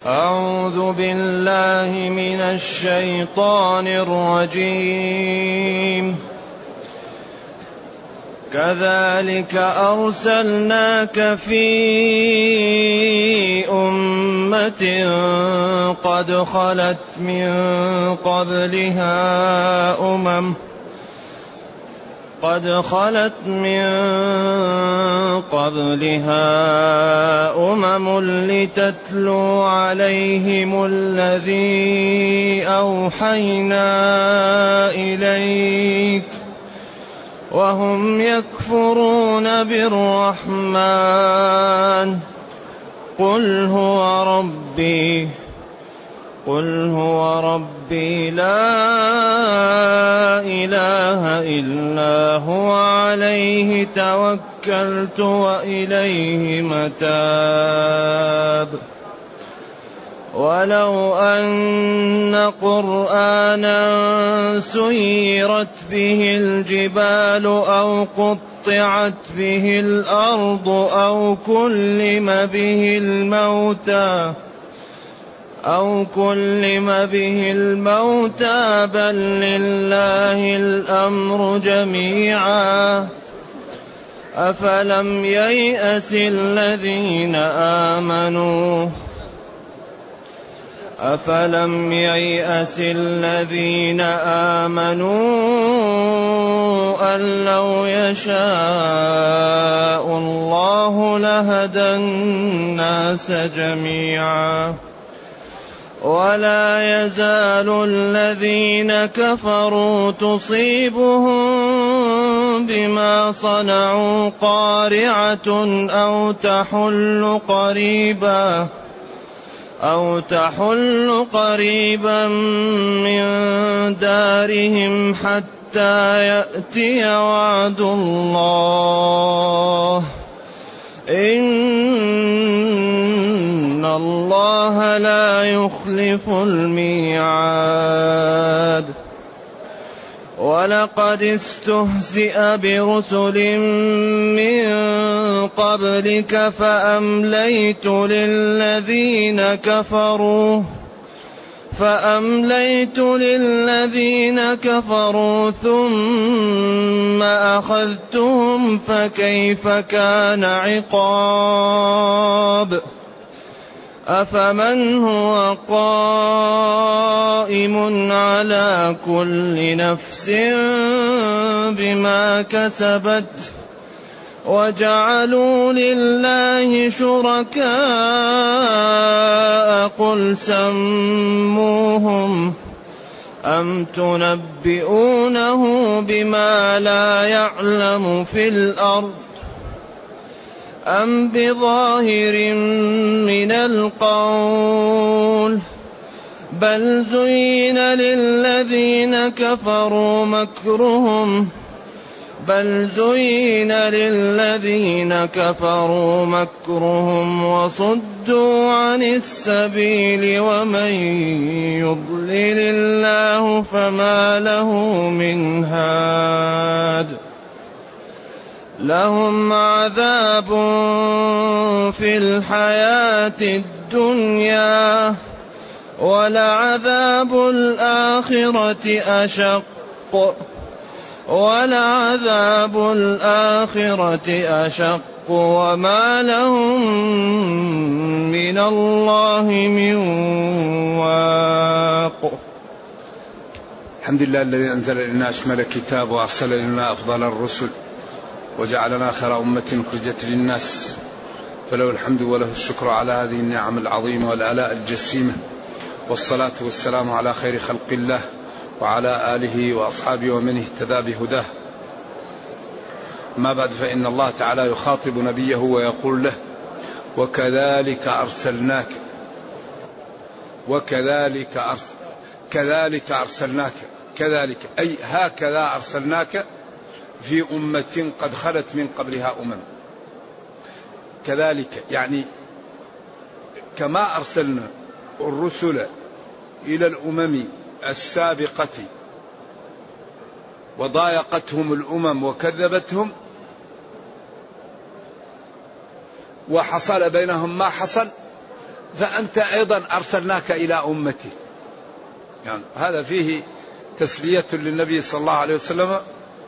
أعوذ بالله من الشيطان الرجيم. كذلك أرسلناك في أمة قد خلت من قبلها أمم لتتلو عليهم الذي أوحينا إليك وهم يكفرون بالرحمن قل هو ربي لا إله إلا هو عليه توكلت وإليه متاب. ولو أن قرآنا سيرت به الجبال أو قطعت به الأرض أو كلم به الموتى بل لله الأمر جميعا أفلم ييأس الذين آمنوا أن لو يشاء الله لهدى الناس جميعا ولا يزال الذين كفروا تصيبهم بما صنعوا قارعة أو تحل قريبا من دارهم حتى يأتي وعد الله إن الله لا يخلف الميعاد. ولقد استهزئ برسل من قبلك فأمليت للذين كفروا ثم أخذتهم فكيف كان عقاب. أفمن هو قائم على كل نفس بما كسبت وجعلوا لله شركاء قل سموهم أم تنبئونه بما لا يعلم في الأرض أم بظاهر من القول بل زين للذين كفروا مكرهم وصدوا عن السبيل ومن يضلل الله فما له من هاد. لهم عذاب في الحياة الدنيا ولعذاب الآخرة أشق وما لهم من الله من واق. الحمد لله الذي أنزل إلينا أشمل الكتاب وأرسل إلينا أفضل الرسل وجعلنا خير أمة أخرجت للناس فله الحمد وله الشكر على هذه النعم العظيمة والآلاء الجسيمة والصلاة والسلام على خير خلق الله وعلى آله وأصحابه ومن اهتدى بهداه. ما بعد فإن الله تعالى يخاطب نبيه ويقول له كذلك أرسلناك أي هكذا أرسلناك في أمة قد خلت من قبلها أمم. كذلك يعني كما أرسلنا الرسل إلى الأمم السابقة وضايقتهم الأمم وكذبتهم وحصل بينهم ما حصل، فأنت أيضا أرسلناك إلى أمتي. يعني هذا فيه تسلية للنبي صلى الله عليه وسلم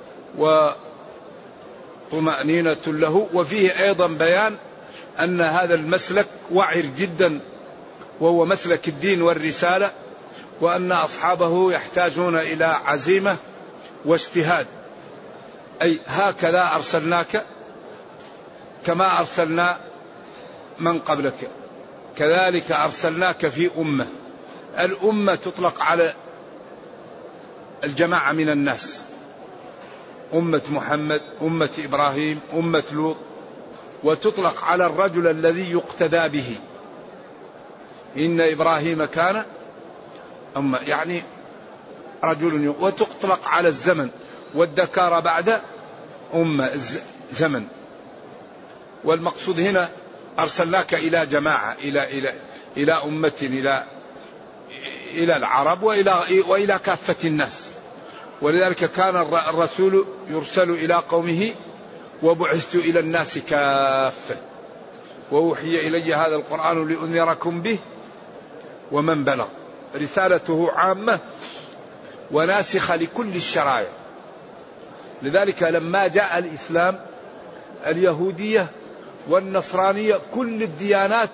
وطمأنينة له، وفيه أيضا بيان أن هذا المسلك وعر جدا وهو مسلك الدين والرسالة، وأن أصحابه يحتاجون إلى عزيمة واجتهاد. أي هكذا أرسلناك كما أرسلنا من قبلك كذلك أرسلناك في أمة. الأمة تطلق على الجماعة من الناس، أمة محمد، أمة إبراهيم، أمة لوط، وتطلق على الرجل الذي يقتدى به. إن إبراهيم كان أمة، يعني رجل. وتطلق على الزمن، والذكر بعد أمة زمن. والمقصود هنا أرسلناك إلى جماعة، إلى أمة، إلى العرب وإلى كافة الناس. ولذلك كان الرسول يرسل إلى قومه وبعثت إلى الناس كافة وأوحي إلي هذا القرآن لأنذركم به ومن بلغ. رسالته عامة وناسخة لكل الشرائع. لذلك لما جاء الإسلام اليهودية والنصرانية كل الديانات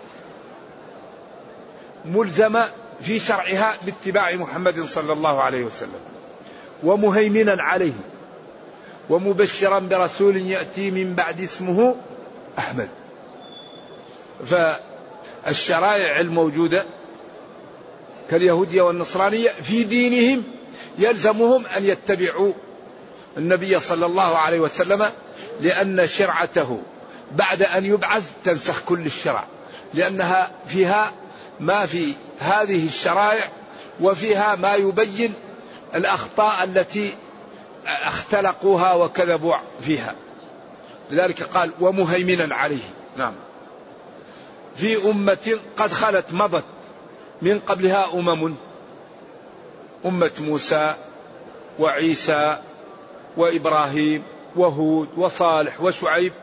ملزمة في شرعها باتباع محمد صلى الله عليه وسلم، ومهيمنا عليه، ومبشرا برسول يأتي من بعد اسمه أحمد. فالشرائع الموجودة كاليهودية والنصرانية في دينهم يلزمهم أن يتبعوا النبي صلى الله عليه وسلم، لأن شرعته بعد أن يبعث تنسخ كل الشرع، لأنها فيها ما في هذه الشرائع، وفيها ما يبين الأخطاء التي اختلقوها وكذبوا فيها. لذلك قال ومهيمنا عليه. نعم. في أمة قد خلت مضت من قبلها أمة موسى وعيسى وإبراهيم وهود وصالح وشعيب،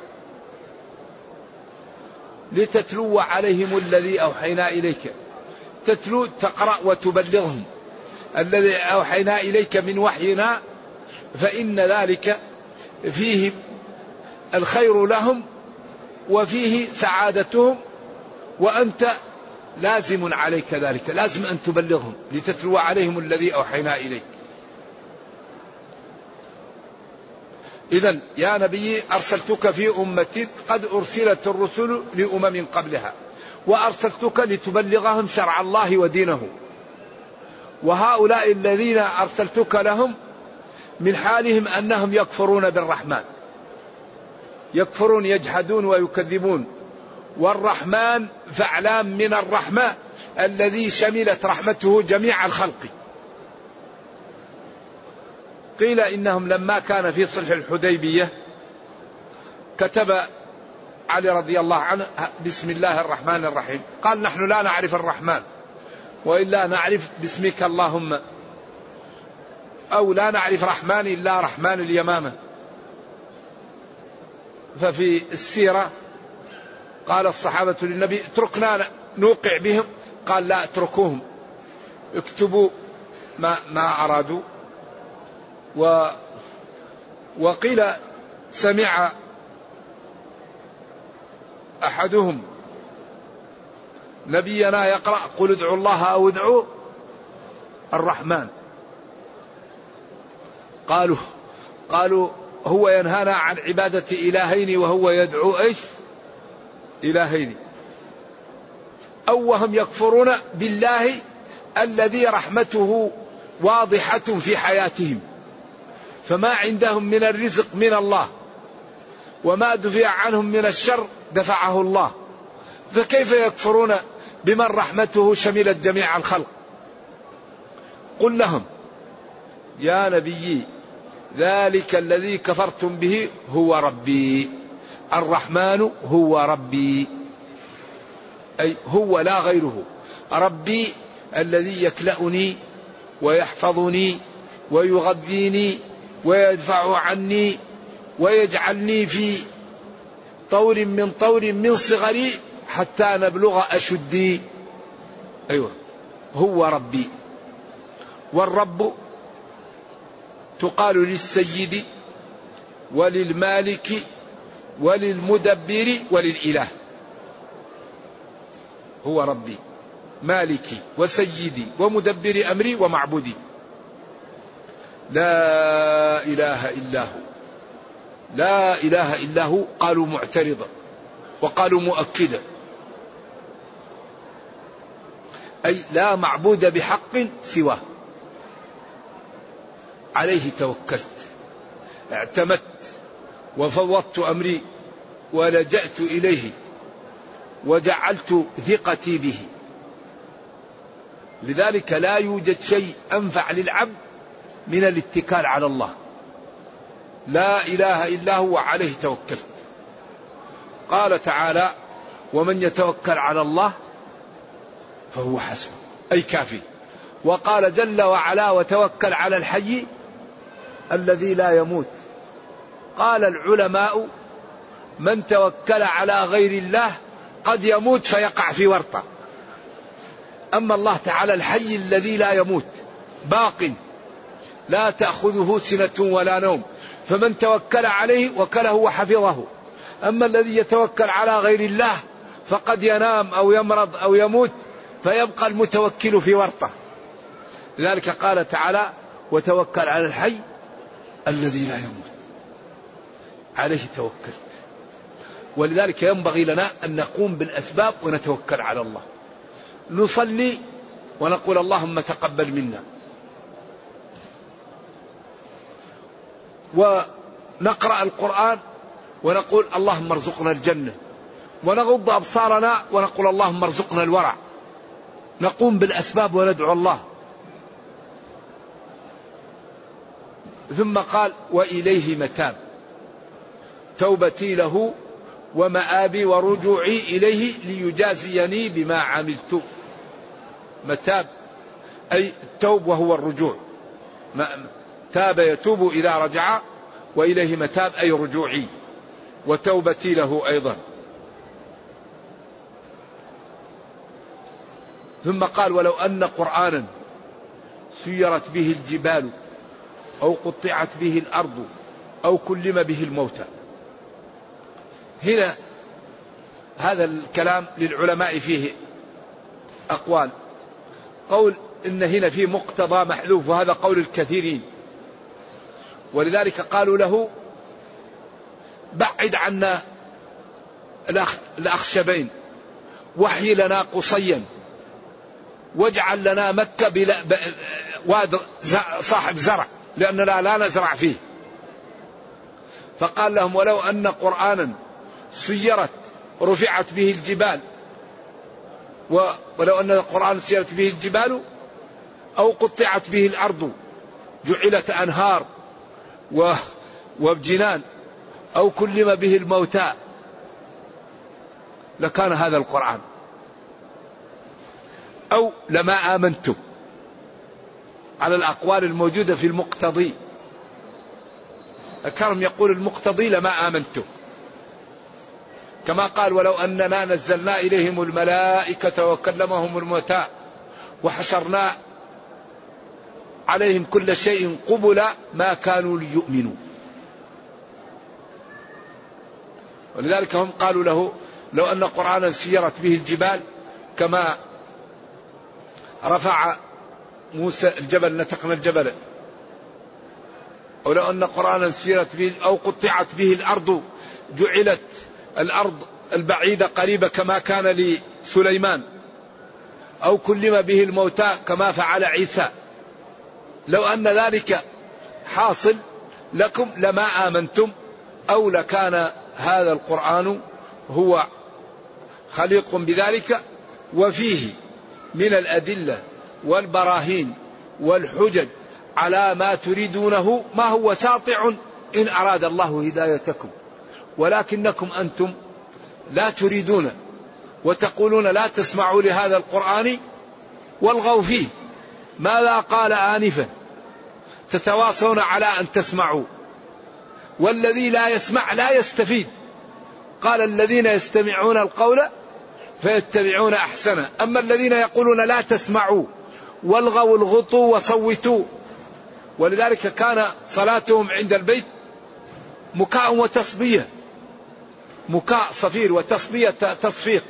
لتتلو عليهم الذي أوحينا إليك. تتلو تقرأ وتبلغهم الذي أوحينا إليك من وحينا، فإن ذلك فيه الخير لهم وفيه سعادتهم، وأنت لازم عليك ذلك، لازم أن تبلغهم لتتلو عليهم الذي أوحينا إليك. إذن يا نبي أرسلتك في أمة قد أرسلت الرسل لأمم قبلها، وأرسلتك لتبلغهم شرع الله ودينه. وهؤلاء الذين أرسلتك لهم من حالهم أنهم يكفرون بالرحمن، يكفرون يجحدون ويكذبون. والرحمن فاعلام من الرحمة الذي شملت رحمته جميع الخلق. قيل إنهم لما كان في صلح الحديبية كتب علي رضي الله عنه بسم الله الرحمن الرحيم. قال نحن لا نعرف الرحمن، وإلا نعرف باسمك اللهم، أو لا نعرف رحمن إلا رحمن اليمامة. ففي السيرة قال الصحابة للنبي اتركنا نوقع بهم، قال لا اتركوهم، اكتبوا ما أرادوا. وقيل سمع أحدهم نبينا يقرأ قل ادعوا الله أو ادعوا الرحمن. قالوا هو ينهانا عن عبادة إلهين وهو يدعو إيش؟ إلهين. أو وهم يكفرون بالله الذي رحمته واضحة في حياتهم، فما عندهم من الرزق من الله، وما دفع عنهم من الشر دفعه الله، فكيف يكفرون بمن رحمته شملت جميع الخلق؟ قل لهم يا نبي ذلك الذي كفرتم به هو ربي، الرحمن هو ربي، أي هو لا غيره. ربي الذي يكلأني ويحفظني ويغذيني ويدفع عني ويجعلني في طور من صغري حتى نبلغ أشدي. أيوة هو ربي. والرب تقال للسيد وللمالك وللمدبر وللإله. هو ربي مالكي وسيدي ومدبر أمري ومعبودي، لا إله إلا هو. لا إله إلا هو قالوا معترضا وقالوا مؤكدا، أي لا معبود بحق سواه، عليه توكلت، اعتمدت وفوضت أمري ولجأت إليه وجعلت ثقتي به. لذلك لا يوجد شيء أنفع للعبد من الاتكال على الله. لا إله إلا هو عليه توكلت. قال تعالى: ومن يتوكل على الله فهو حسبه، أي كافي. وقال جل وعلا: وتوكل على الحي الذي لا يموت. قال العلماء: من توكل على غير الله قد يموت فيقع في ورطة، أما الله تعالى الحي الذي لا يموت باق لا تأخذه سنة ولا نوم، فمن توكل عليه وكله وحفظه. أما الذي يتوكل على غير الله فقد ينام أو يمرض أو يموت فيبقى المتوكل في ورطة. لذلك قال تعالى: وتوكل على الحي الذي لا يموت، عليه توكلت. ولذلك ينبغي لنا أن نقوم بالأسباب ونتوكل على الله. نصلي ونقول: اللهم تقبل منا، ونقرأ القرآن ونقول: اللهم ارزقنا الجنة، ونغض أبصارنا ونقول: اللهم ارزقنا الورع. نقوم بالأسباب وندعو الله. ثم قال: وإليه متاب، توبتي له ومآبي ورجوعي إليه ليجازيني بما عملت. متاب أي التوب وهو الرجوع، تاب يتوب إذا رجع، وإليه متاب أي رجوعي، وتوبتي له أيضا. ثم قال: ولو أن قرآنا سيرت به الجبال أو قطعت به الأرض أو كلم به الموتى. هنا هذا الكلام للعلماء فيه أقوال. قول إن هنا فيه مقتضى محذوف، وهذا قول الكثيرين، ولذلك قالوا له: بعد عنا الأخشبين، وحي لنا قصيا، واجعل لنا مكة واد صاحب زرع، لأننا لا نزرع فيه. فقال لهم: ولو أن قرآنا سيرت رفعت به الجبال، ولو أن القرآن سيرت به الجبال أو قطعت به الأرض، جعلت أنهار وجنان، أو كلم به الموتى، لكان هذا القرآن، أو لما آمنتم، على الأقوال الموجودة في المقتضي. الكرم يقول المقتضي لما آمنتم، كما قال: ولو أننا نزلنا إليهم الملائكة وكلمهم الموتى وحشرنا عليهم كل شيء قبلا ما كانوا ليؤمنوا. ولذلك هم قالوا له: لو أن قرآنا سيرت به الجبال، كما رفع موسى الجبل، نتقنا الجبل، ولو أن قرآنا سيرت به أو قطعت به الأرض، جعلت الأرض البعيدة قريبة كما كان لسليمان، أو كلم به الموتى كما فعل عيسى. لو أن ذلك حاصل لكم لما آمنتم، أو لكان هذا القرآن هو خليق بذلك. وفيه من الأدلة والبراهين والحجج على ما تريدونه ما هو ساطع إن أراد الله هدايتكم، ولكنكم أنتم لا تريدون، وتقولون: لا تسمعوا لهذا القرآن والغوا فيه. ماذا قال آنفا؟ تتواصون على أن تسمعوا، والذي لا يسمع لا يستفيد. قال: الذين يستمعون القول فيتبعون أحسنه. أما الذين يقولون لا تسمعوا والغوا الغطوا وصوتوا، ولذلك كان صلاتهم عند البيت مكاء وتصدية، مكاء صفير وتصدية تصفيق.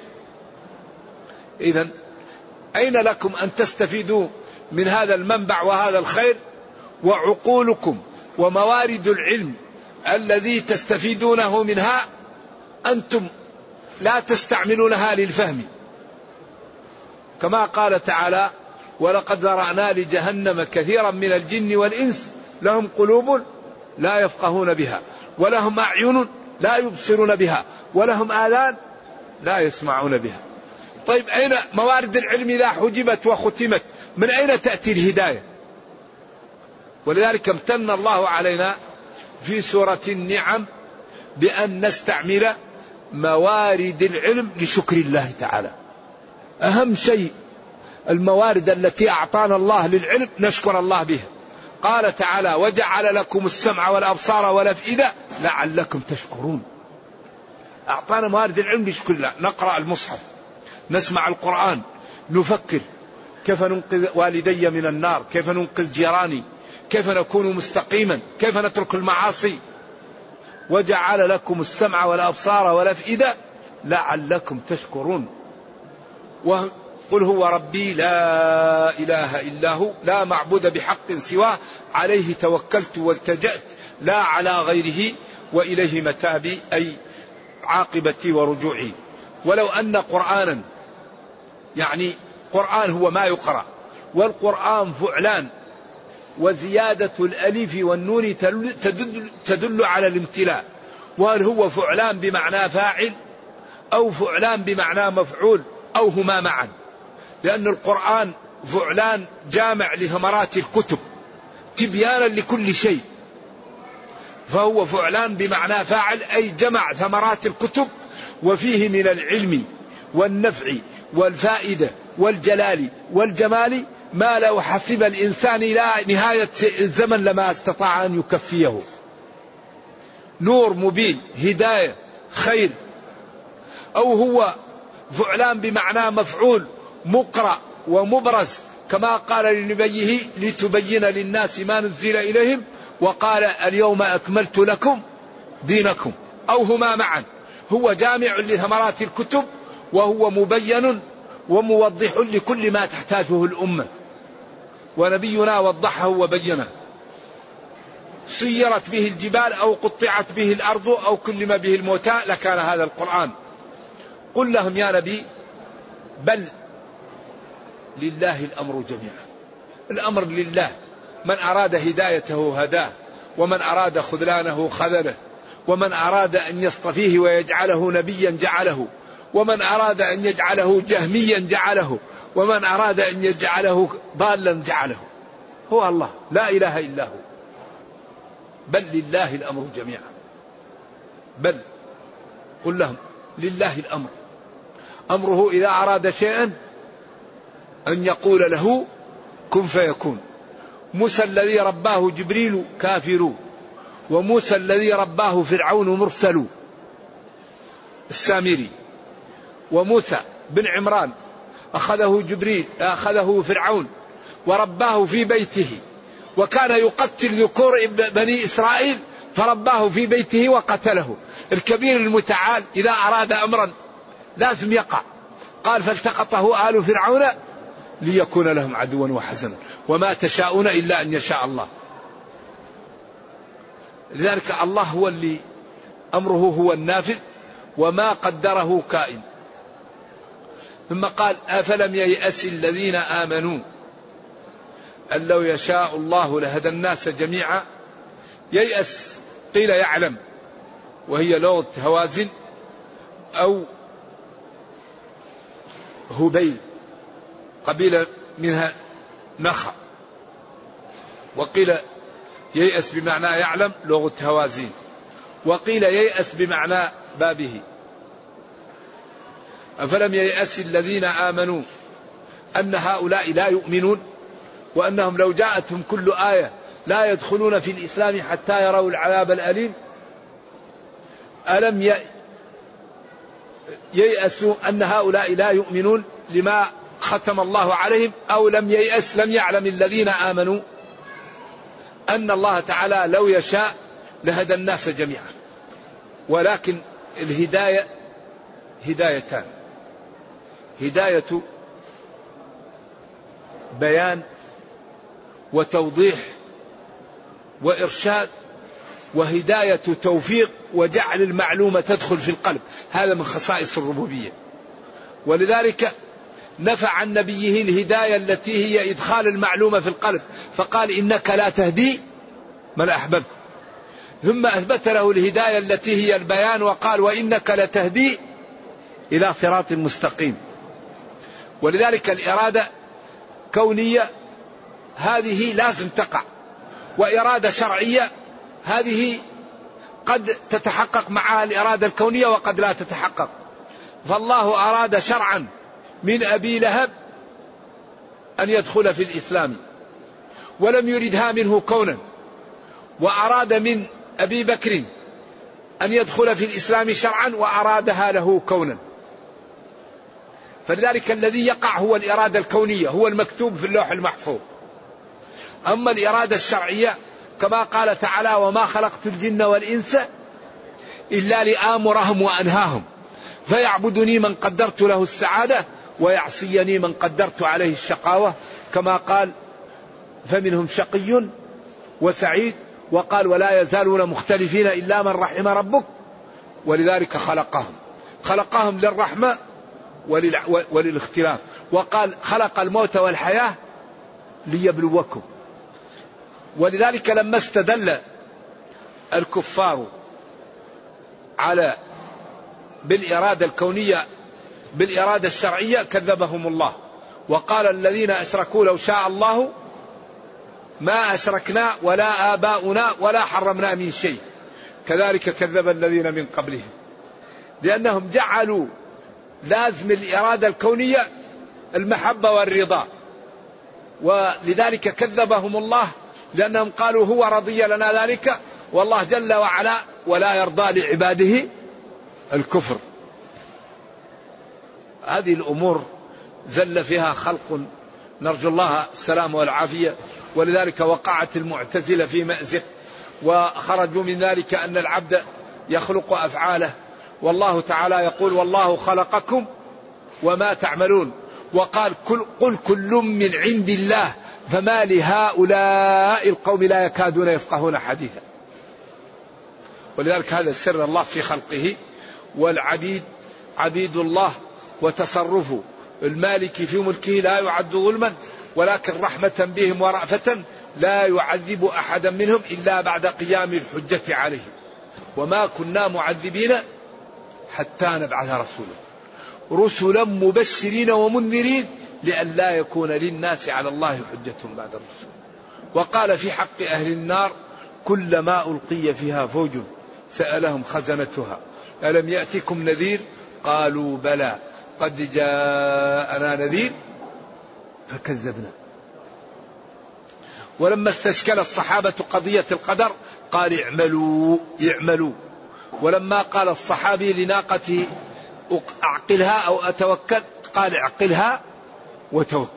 إذن أين لكم أن تستفيدوا من هذا المنبع وهذا الخير؟ وعقولكم وموارد العلم الذي تستفيدونه منها أنتم لا تستعملونها للفهم، كما قال تعالى: ولقد ذرأنا لجهنم كثيرا من الجن والإنس لهم قلوب لا يفقهون بها ولهم أعين لا يبصرون بها ولهم آذان لا يسمعون بها. طيب أين موارد العلم إذا حجبت وختمت؟ من أين تأتي الهداية؟ ولذلك امتن الله علينا في سورة النعم بأن نستعمل موارد العلم لشكر الله تعالى. أهم شيء الموارد التي أعطانا الله للعلم نشكر الله بها. قال تعالى: وجعل لكم السمع والأبصار والأفئدة لعلكم تشكرون. أعطانا موارد العلم لشكر الله. نقرأ المصحف، نسمع القرآن، نفكر كيف ننقذ والدي من النار، كيف ننقذ جيراني، كيف نكون مستقيما، كيف نترك المعاصي. وجعل لكم السمع والأبصار والأفئدة لعلكم تشكرون. وقل هو ربي لا إله إلا هو لا معبود بحق سواه عليه توكلت والتجأت لا على غيره وإليه متابي، أي عاقبتي ورجوعي. ولو أن قرآنا، يعني قرآن هو ما يقرأ، والقرآن فعلان، وزيادة الألف والنون تدل على الامتلاء. وهل هو فعلان بمعنى فاعل أو فعلان بمعنى مفعول أو هما معا؟ لأن القرآن فعلان جامع لثمرات الكتب تبيانا لكل شيء، فهو فعلان بمعنى فاعل أي جمع ثمرات الكتب، وفيه من العلم والنفع والفائدة والجلال والجمال ما لو حسب الإنسان إلى نهاية الزمن لما استطاع أن يكفيه. نور مبين، هداية، خير. أو هو فعلان بمعنى مفعول، مقرأ ومبرز، كما قال لنبيه لتبين للناس ما نزل إليهم، وقال اليوم أكملت لكم دينكم. أو هما معا، هو جامع لثمرات الكتب وهو مبين وموضح لكل ما تحتاجه الأمة، ونبينا وضحه وبينه. سيرت به الجبال أو قطعت به الأرض أو كلم به الموتى لكان هذا القرآن. قل لهم يا نبي بل لله الأمر جميعا. الأمر لله، من أراد هدايته هداه، ومن أراد خذلانه خذله، ومن أراد أن يصطفيه ويجعله نبيا جعله، ومن أراد أن يجعله جهميا جعله، ومن أراد أن يجعله ضالا جعله. هو الله لا إله إلا هو. بل لله الأمر جميعا. بل قل لهم لله الأمر. أمره إذا أراد شيئا أن يقول له كن فيكون. موسى الذي رباه جبريل كافر، وموسى الذي رباه فرعون مرسل السامري. وموسى بن عمران أخذه جبريل، أخذه فرعون ورباه في بيته، وكان يقتل ذكور بني إسرائيل فرباه في بيته وقتله. الكبير المتعال إذا أراد أمرا لازم يقع. قال فالتقطه آل فرعون ليكون لهم عدوا وحزنا وما تشاءون إلا أن يشاء الله. لذلك الله هو اللي أمره هو النافذ، وما قدره كائن. ثم قال أفلم ييأس الذين آمنوا أن لو يشاء الله لهدى الناس جميعا. ييأس قيل يعلم، وهي لغة هوازن أو هبيل قبيلة منها نخع. وقيل ييأس بمعنى يعلم لغة هوازين، وقيل ييأس بمعنى بابه. أفلم ييأس الذين آمنوا أن هؤلاء لا يؤمنون، وأنهم لو جاءتهم كل آية لا يدخلون في الإسلام حتى يروا العذاب الأليم. ييأسوا أن هؤلاء لا يؤمنون لما ختم الله عليهم، أو لم ييأس، لم يعلم الذين آمنوا أن الله تعالى لو يشاء لهدى الناس جميعا. ولكن الهداية هدايتان: هداية بيان وتوضيح وإرشاد، وهداية توفيق وجعل المعلومة تدخل في القلب. هذا من خصائص الربوبية. ولذلك نفى عن نبيه الهداية التي هي إدخال المعلومة في القلب، فقال إنك لا تهدي من أحببت. ثم أثبت له الهداية التي هي البيان، وقال وإنك لتهدي إلى صراط مستقيم. ولذلك الإرادة كونية هذه لازم تقع، وإرادة شرعية هذه قد تتحقق معها الإرادة الكونية وقد لا تتحقق. فالله أراد شرعا من أبي لهب أن يدخل في الإسلام ولم يردها منه كونا، وأراد من أبي بكر أن يدخل في الإسلام شرعا وأرادها له كونا. فلذلك الذي يقع هو الإرادة الكونية، هو المكتوب في اللوح المحفوظ. أما الإرادة الشرعية كما قال تعالى وما خلقت الجن والإنس إلا لآمرهم وأنهاهم فيعبدني من قدرت له السعادة ويعصيني من قدرت عليه الشقاوة، كما قال فمنهم شقي وسعيد، وقال ولا يزالون مختلفين إلا من رحم ربك. ولذلك خلقهم للرحمة وللاختلاف، وقال خلق الموت والحياة ليبلوكم. ولذلك لما استدل الكفار على بالإرادة الكونية بالإرادة الشرعية كذبهم الله، وقال الذين أشركوا لو شاء الله ما أشركنا ولا آباؤنا ولا حرمنا من شيء كذلك كذب الذين من قبلهم، لأنهم جعلوا لازم الإرادة الكونية المحبة والرضا. ولذلك كذبهم الله لأنهم قالوا هو رضي لنا ذلك، والله جل وعلا ولا يرضى لعباده الكفر. هذه الأمور زل فيها خلق، نرجو الله السلام والعافية. ولذلك وقعت المعتزلة في مأزق، وخرجوا من ذلك أن العبد يخلق أفعاله، والله تعالى يقول والله خلقكم وما تعملون، وقال قل كل من عند الله فما لهؤلاء القوم لا يكادون يفقهون حديثا. ولذلك هذا سر الله في خلقه، والعبيد عبيد الله، وتصرفه المالك في ملكه لا يعد ظلما، ولكن رحمة بهم ورأفة لا يعذب أحدا منهم إلا بعد قيام الحجة عليه، وما كنا معذبين حتى نبعث رسلا مبشرين ومنذرين لئلا يكون للناس على الله حجة بعد الرسل. وقال في حق أهل النار كلما ألقي فيها فوج سألهم خزنتها ألم يأتكم نذير قالوا بلى قد جاءنا نذير فكذبنا. ولما استشكل الصحابة قضية القدر قال اعملوا. ولما قال الصحابي لناقته أعقلها أو أتوكل قال اعقلها وتوكل.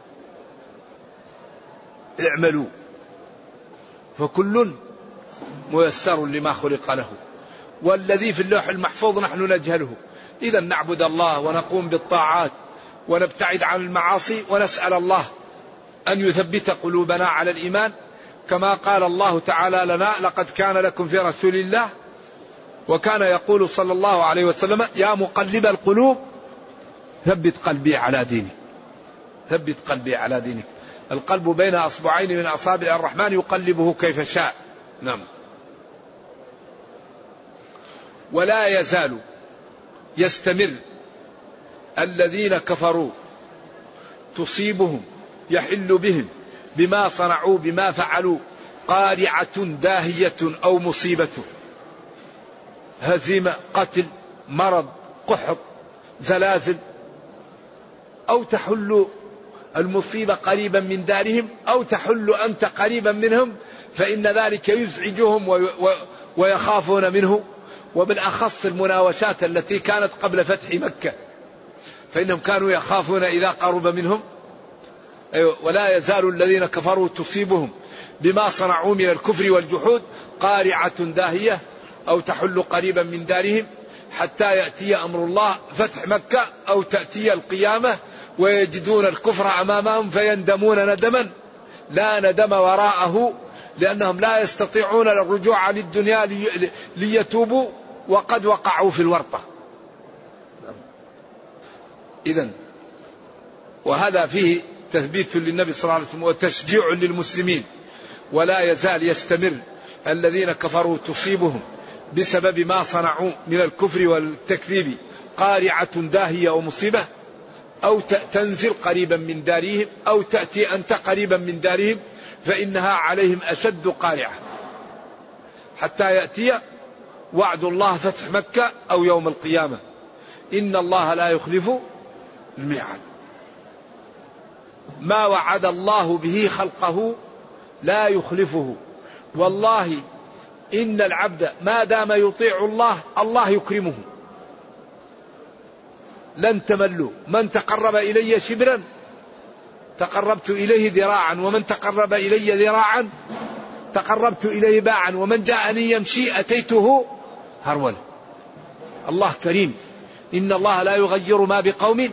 اعملوا فكل ميسر لما خلق له، والذي في اللوح المحفوظ نحن نجهله. إذا نعبد الله ونقوم بالطاعات ونبتعد عن المعاصي، ونسأل الله أن يثبت قلوبنا على الإيمان، كما قال الله تعالى لنا لقد كان لكم في رسول الله، وكان يقول صلى الله عليه وسلم يا مقلب القلوب ثبت قلبي على دينك. ثبت قلبي على دينك. القلب بين أصبعين من أصابع الرحمن يقلبه كيف شاء. نعم. ولا يزال يستمر الذين كفروا تصيبهم يحل بهم بما صنعوا بما فعلوا قارعة داهية أو مصيبة، هزيمة، قتل، مرض، قحط، زلازل، أو تحل المصيبة قريبا من دارهم أو تحل أنت قريبا منهم، فإن ذلك يزعجهم ويخافون منه. وبالأخص المناوشات التي كانت قبل فتح مكة، فإنهم كانوا يخافون إذا قرب منهم. ولا يزال الذين كفروا تصيبهم بما صنعوا من الكفر والجحود قارعة داهية أو تحل قريبا من دارهم حتى يأتي أمر الله فتح مكة أو تأتي القيامة ويجدون الكفر أمامهم فيندمون ندما لا ندم وراءه، لأنهم لا يستطيعون الرجوع للدنيا ليتوبوا وقد وقعوا في الورطة. إذن وهذا فيه تثبيت للنبي صلى الله عليه وسلم وتشجيع للمسلمين. ولا يزال يستمر الذين كفروا تصيبهم بسبب ما صنعوا من الكفر والتكذيب قارعة داهية ومصيبة، أو تنزل قريبا من دارهم أو تأتي أنت قريبا من دارهم، فإنها عليهم أشد قارعة حتى يأتي وعد الله فتح مكة أو يوم القيامة. إن الله لا يخلف الميعاد. ما وعد الله به خلقه لا يخلفه. والله إن العبد ما دام يطيع الله الله يكرمه. لن تملوا، من تقرب إلي شبرا تقربت إليه ذراعا، ومن تقرب إلي ذراعا تقربت إليه باعا، ومن جاءني يمشي أتيته هرولا. الله كريم. إن الله لا يغير ما بقوم،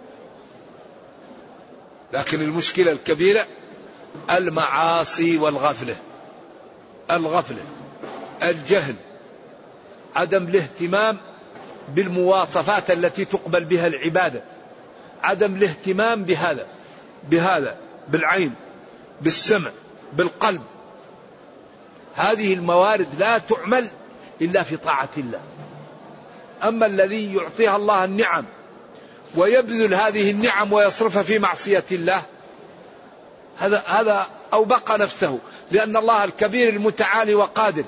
لكن المشكلة الكبيرة المعاصي والغفلة. الغفلة، الجهل، عدم الاهتمام بالمواصفات التي تقبل بها العبادة، عدم الاهتمام بهذا بالعين بالسمع بالقلب. هذه الموارد لا تعمل إلا في طاعة الله. أما الذي يعطيها الله النعم ويبذل هذه النعم ويصرفها في معصية الله، هذا أوبق نفسه، لأن الله الكبير المتعالي وقادر.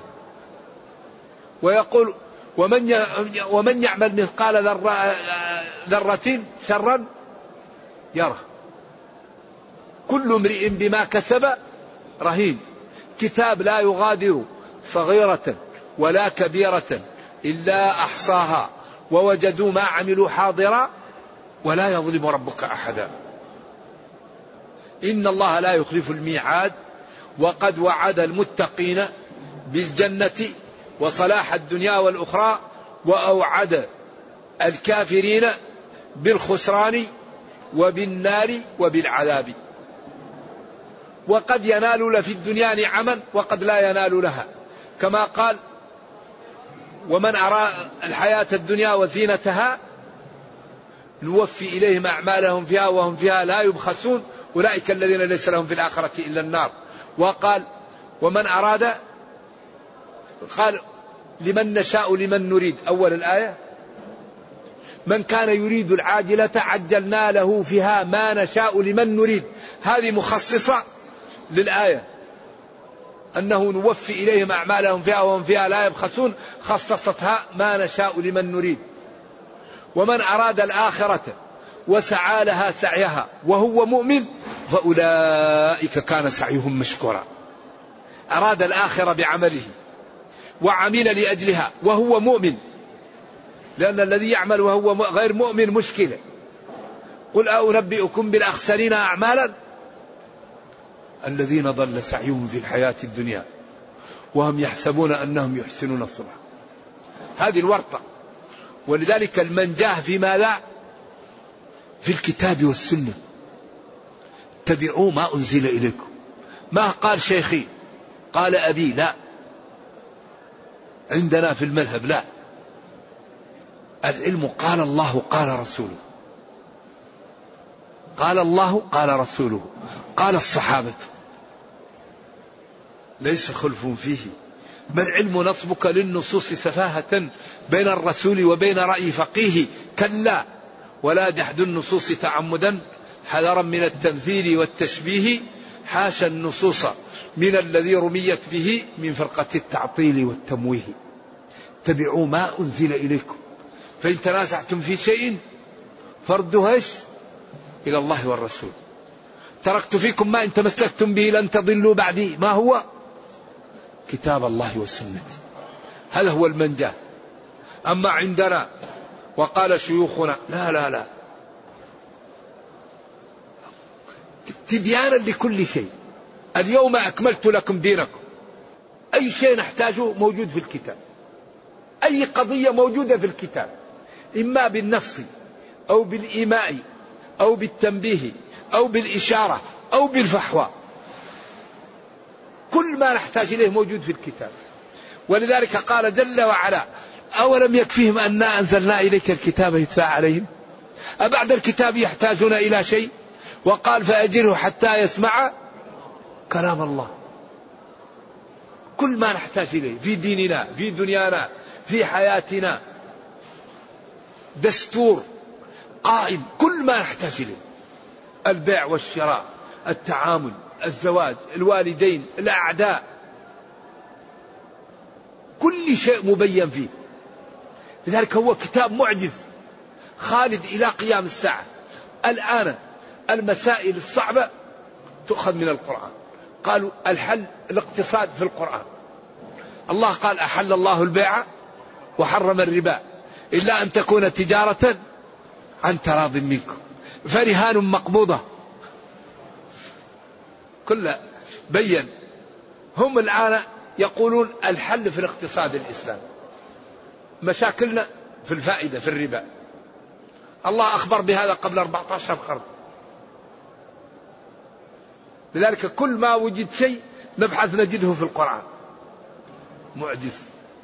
ويقول ومن يعمل مثقال ذرة شرا يره. كل امرئ بما كسب رهين. كتاب لا يغادر صغيرة ولا كبيرة إلا أحصاها ووجدوا ما عملوا حاضرا ولا يظلم ربك أحدا. إن الله لا يخلف الميعاد، وقد وعد المتقين بالجنة وصلاح الدنيا والأخرى، وأوعد الكافرين بالخسران وبالنار وبالعذاب. وقد ينال في الدنيا نعما وقد لا ينال لها، كما قال ومن أراد الحياة الدنيا وزينتها نوفي إليهم أعمالهم فيها وهم فيها لا يبخسون أولئك الذين ليس لهم في الآخرة إلا النار. وقال ومن أراد، قال لمن نشاء لمن نريد أول الآية، من كان يريد العاجلة عجلنا له فيها ما نشاء لمن نريد. هذه مخصصة للآية أنه نوفي إليهم أعمالهم فيها وهم فيها لا يبخسون، خصصتها ما نشاء لمن نريد. ومن أراد الآخرة وسعى لها سعيها وهو مؤمن فأولئك كان سعيهم مشكورا. أراد الآخرة بعمله وعمل لأجلها وهو مؤمن، لأن الذي يعمل وهو غير مؤمن مشكلة. قل أنبئكم بالأخسرين أعمالا الذين ضل سعيهم في الحياة الدنيا وهم يحسبون أنهم يحسنون صنعا. هذه الورطة. ولذلك المنجاه في ماذا؟ في الكتاب والسنة. اتبعوا ما أنزل إليكم. ما قال شيخي قال أبي، لا، عندنا في المذهب لا. العلم قال الله قال رسوله، قال الله قال رسوله قال الصحابة، ليس خلف فيه. بل علم نصبك للنصوص سفاهة بين الرسول وبين رأي فقيه، كلا ولا جحد النصوص تعمدا حذرا من التمثيل والتشبيه، حاشا النصوص من الذي رميت به من فرقة التعطيل والتمويه. اتبعوا ما أنزل إليكم فإن تنازعتم في شيء فردوه إلى الله والرسول. تركت فيكم ما إن تمسكتم به لن تضلوا بعدي، ما هو؟ كتاب الله وسنتي. هذا هو المنجاة. أما عندنا وقال شيوخنا لا لا لا، تبيانا لكل شيء. اليوم أكملت لكم دينكم. أي شيء نحتاجه موجود في الكتاب، أي قضية موجودة في الكتاب، إما بالنص أو بالإيماء أو بالتنبيه أو بالإشارة أو بالفحوى، كل ما نحتاج إليه موجود في الكتاب. ولذلك قال جل وعلا: أولم يكفيهم أنا أنزلنا إليك الكتاب يتلى عليهم، أبعد الكتاب يحتاجون إلى شيء؟ وقال: فأجره حتى يسمع كلام الله. كل ما نحتاج إليه في ديننا، في دنيانا، في حياتنا، دستور قائم، كل ما نحتاج إليه، البيع والشراء، التعامل، الزواج، الوالدين، الأعداء، كل شيء مبين فيه. لذلك هو كتاب معجز خالد إلى قيام الساعة. الآن المسائل الصعبة تؤخذ من القرآن. قالوا الحل الاقتصاد في القرآن. الله قال: أحل الله البيع وحرم الربا إلا أن تكون تجارة عن تراض منكم فرهان مقبوضة. كله بين. هم الآن يقولون الحل في الاقتصاد الإسلامي، مشاكلنا في الفائدة في الربا. الله أخبر بهذا قبل 14 قرن. لذلك كل ما وجد شيء نبحث نجده في القرآن. معجز.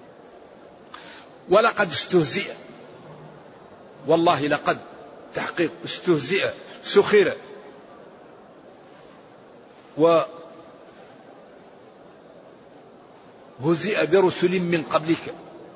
ولقد استهزئ، والله لقد تحقيق استهزئ، سخر، وهزئ برسل من قبلك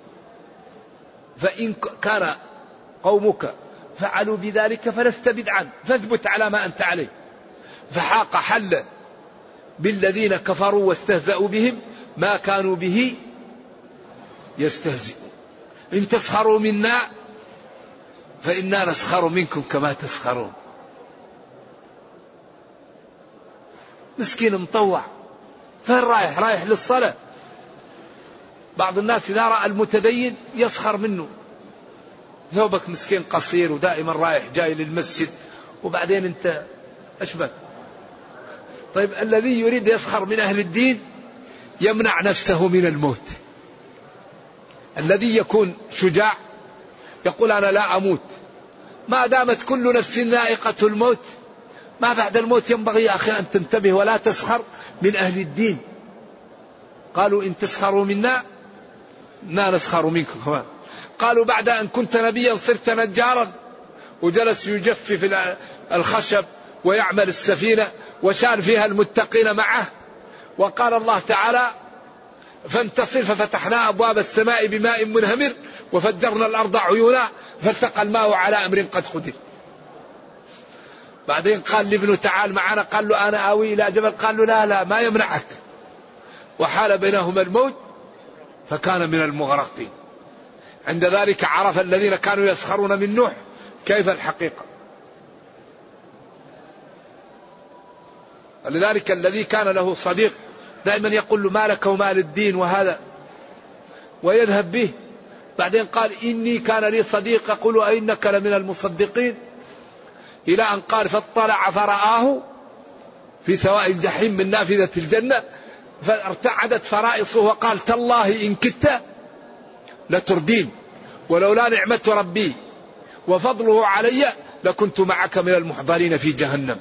فإن كان قومك فعلوا بذلك فلست بدعا فاثبت على ما أنت عليه. فحاق حل بالذين كفروا واستهزأوا بهم ما كانوا به يستهزئون. إن تسخروا منا فإنا نسخر منكم كما تسخرون. مسكين مطوع، فين رايح؟ رايح للصلاة. بعض الناس إذا رأى المتدين يسخر منه، ثوبك مسكين قصير ودائما رايح جاي للمسجد، وبعدين أنت أشبك. طيب الذي يريد يسخر من أهل الدين يمنع نفسه من الموت. الذي يكون شجاع يقول أنا لا أموت، ما دامت كل نفس ذائقة الموت، ما بعد الموت ينبغي يا أخي أن تنتبه ولا تسخر من أهل الدين. قالوا إن تسخروا منا لا نسخر منكم كمان. قالوا بعد أن كنت نبيا صرت نجارا، وجلس يجفف الخشب ويعمل السفينة وشار فيها المتقين معه. وقال الله تعالى فانتصر ففتحنا أبواب السماء بماء منهمر وفجرنا الأرض عيونا فالتقى الماء على أمر قد قدر. بعدين قال لابنه تعال معنا، قال له أنا آوي إلى جبل، قال له لا لا ما يمنعك. وحال بينهما الموج فكان من المغرقين. عند ذلك عرف الذين كانوا يسخرون من نوح كيف الحقيقة. لذلك الذي كان له صديق دائما يقول له ما لك وما للدين وهذا، ويذهب به. بعدين قال إني كان لي صديق يقول أئنك لمن المصدقين، إلى أن قال فاطلع فرآه في سواء الجحيم من نافذة الجنة فارتعدت فرائصه وقال تالله إن كدت لتردين ولولا نعمة ربي وفضله علي لكنت معك من المحضرين في جهنم.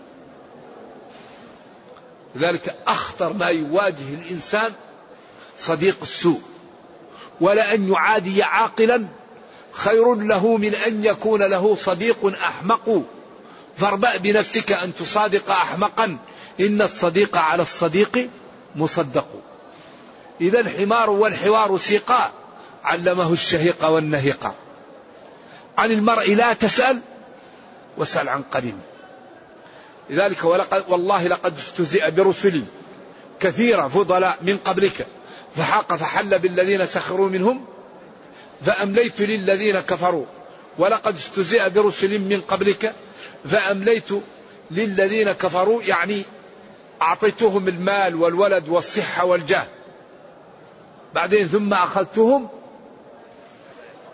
لذلك أخطر ما يواجه الإنسان صديق السوء، ولأن يعادي عاقلا خير له من أن يكون له صديق أحمق. فاربأ بنفسك أن تصادق أحمقا إن الصديق على الصديق مصدق. إذا الحمار والحوار سيقا علمه الشهيق والنهيق. عن المرء لا تسأل واسأل عن قرين. لذلك والله لقد استهزئ برسل كثيرة فضلاء من قبلك فحاق فحل بالذين سخروا منهم فأمليت للذين كفروا. ولقد استهزئ برسل من قبلك فأمليت للذين كفروا، يعني أعطيتهم المال والولد والصحة والجاه، بعدين ثم أخذتهم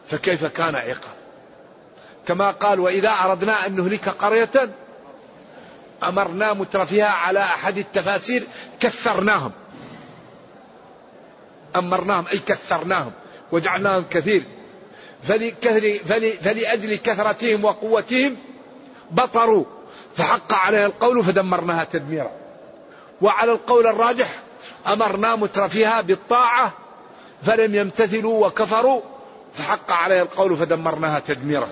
فكيف كان عقاب. كما قال وإذا أردنا أن نهلك قرية أمرنا مترفيها، على أحد التفاسير كثرناهم، أمرناهم أي كثرناهم وجعلناهم كثير، فلأجل كثرتهم وقوتهم بطروا فحق عليها القول فدمرناها تدميرا. وعلى القول الراجح أمرنا مترفيها بالطاعة فلم يمتثلوا وكفروا فحق عليها القول فدمرناها تدميرا.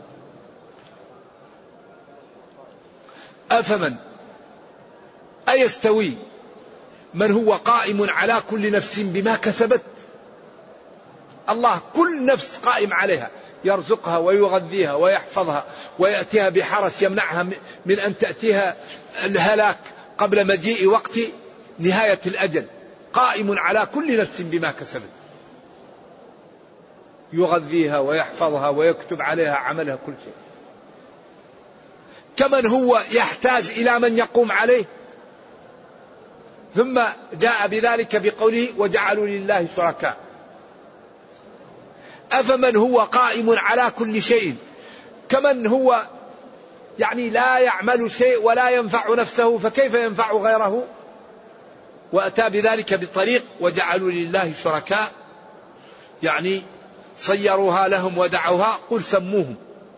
أفمن أيستوي من هو قائم على كل نفس بما كسبت. الله كل نفس قائم عليها، يرزقها ويغذيها ويحفظها ويأتيها بحرس يمنعها من أن تأتيها الهلاك قبل مجيء وقت نهاية الأجل. قائم على كل نفس بما كسبت، يغذيها ويحفظها ويكتب عليها عملها كل شيء. كمن هو يحتاج إلى من يقوم عليه. ثم جاء بذلك بقوله وجعلوا لله شركاء. أفمن هو قائم على كل شيء كمن هو يعني لا يعمل شيء ولا ينفع نفسه فكيف ينفع غيره. وأتى بذلك بطريق وجعلوا لله شركاء، يعني صيروها لهم ودعوها. قل سموهم،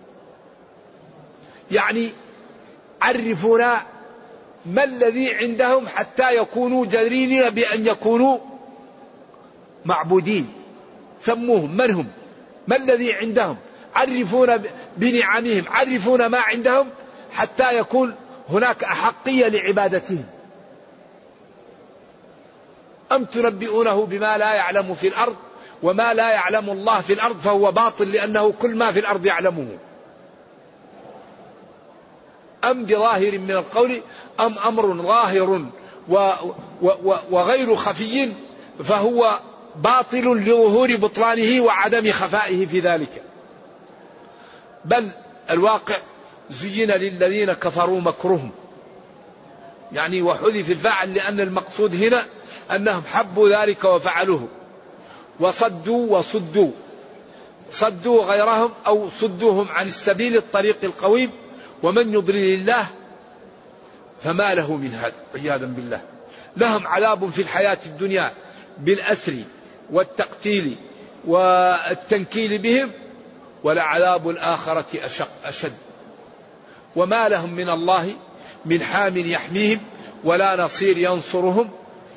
يعني عرفونا ما الذي عندهم حتى يكونوا جديرين بأن يكونوا معبودين. سموهم، من هم، ما الذي عندهم، عرفونا بنعمهم، عرفونا ما عندهم حتى يكون هناك أحقية لعبادتهم. أم تنبئونه بما لا يعلم في الأرض وما لا يعلم الله في الأرض فهو باطل لأنه كل ما في الأرض يعلمه. أم بظاهر من القول أم أمر ظاهر وغير خفي فهو باطل لظهور بطلانه وعدم خفائه في ذلك. بل الواقع زين للذين كفروا مكرهم، يعني وحذف الفاعل لأن المقصود هنا أنهم حبوا ذلك وفعلوه. وصدوا وصدوا، صدوا غيرهم أو صدوهم عن السبيل الطريق القويم. ومن يضلل الله فما له من هاد عياذا بالله. لهم عذاب في الحياة الدنيا بالأسر والتقتيل والتنكيل بهم، ولعذاب الآخرة أشد. وما لهم من الله من حام يحميهم ولا نصير ينصرهم.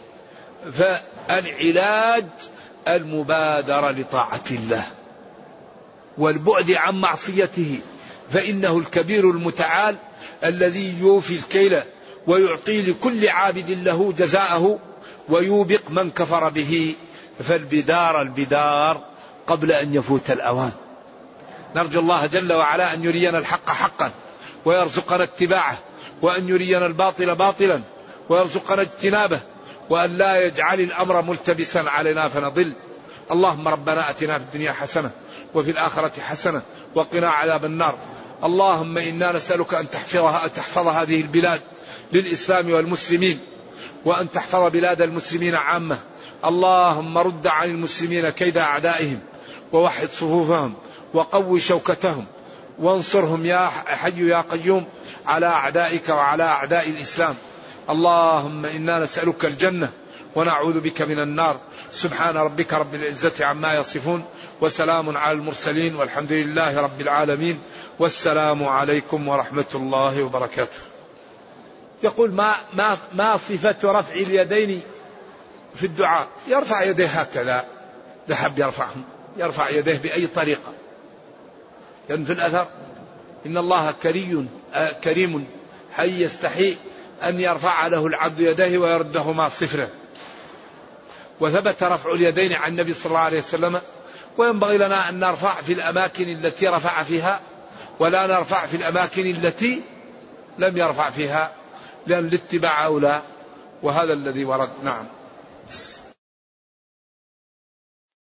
فالعلاج المبادرة لطاعة الله والبعد عن معصيته، فإنه الكبير المتعال الذي يوفي الكيل ويعطي لكل عابد له جزاءه ويوبق من كفر به. البدار قبل أن يفوت الأوان. نرجو الله جل وعلا أن يرينا الحق حقا ويرزقنا اتباعه، وأن يرينا الباطل باطلا ويرزقنا اجتنابه، وأن لا يجعل الأمر ملتبسا علينا فنضل. اللهم ربنا أتنا في الدنيا حسنة وفي الآخرة حسنة وقنا عذاب النار. اللهم إنا نسألك أن تحفظ هذه البلاد للإسلام والمسلمين، وأن تحفظ بلاد المسلمين عامة. اللهم رد عن المسلمين كيد أعدائهم ووحد صفوفهم وقوي شوكتهم، وانصرهم يا حي يا قيوم على أعدائك وعلى أعداء الإسلام. اللهم إنا نسألك الجنة ونعوذ بك من النار. سبحان ربك رب العزة عما يصفون وسلام على المرسلين والحمد لله رب العالمين، والسلام عليكم ورحمة الله وبركاته. يقول ما صفة رفع اليدين في الدعاء؟ يرفع يديه هكذا، ذهب يرفع يديه بأي طريقة. لأن في الأثر إن الله كريم حي يستحي أن يرفع له العبد يديه ويردهما صفرا. وثبت رفع اليدين عن النبي صلى الله عليه وسلم. وينبغي لنا أن نرفع في الأماكن التي رفع فيها ولا نرفع في الأماكن التي لم يرفع فيها، لأن الاتباع أولى، وهذا الذي ورد. نعم.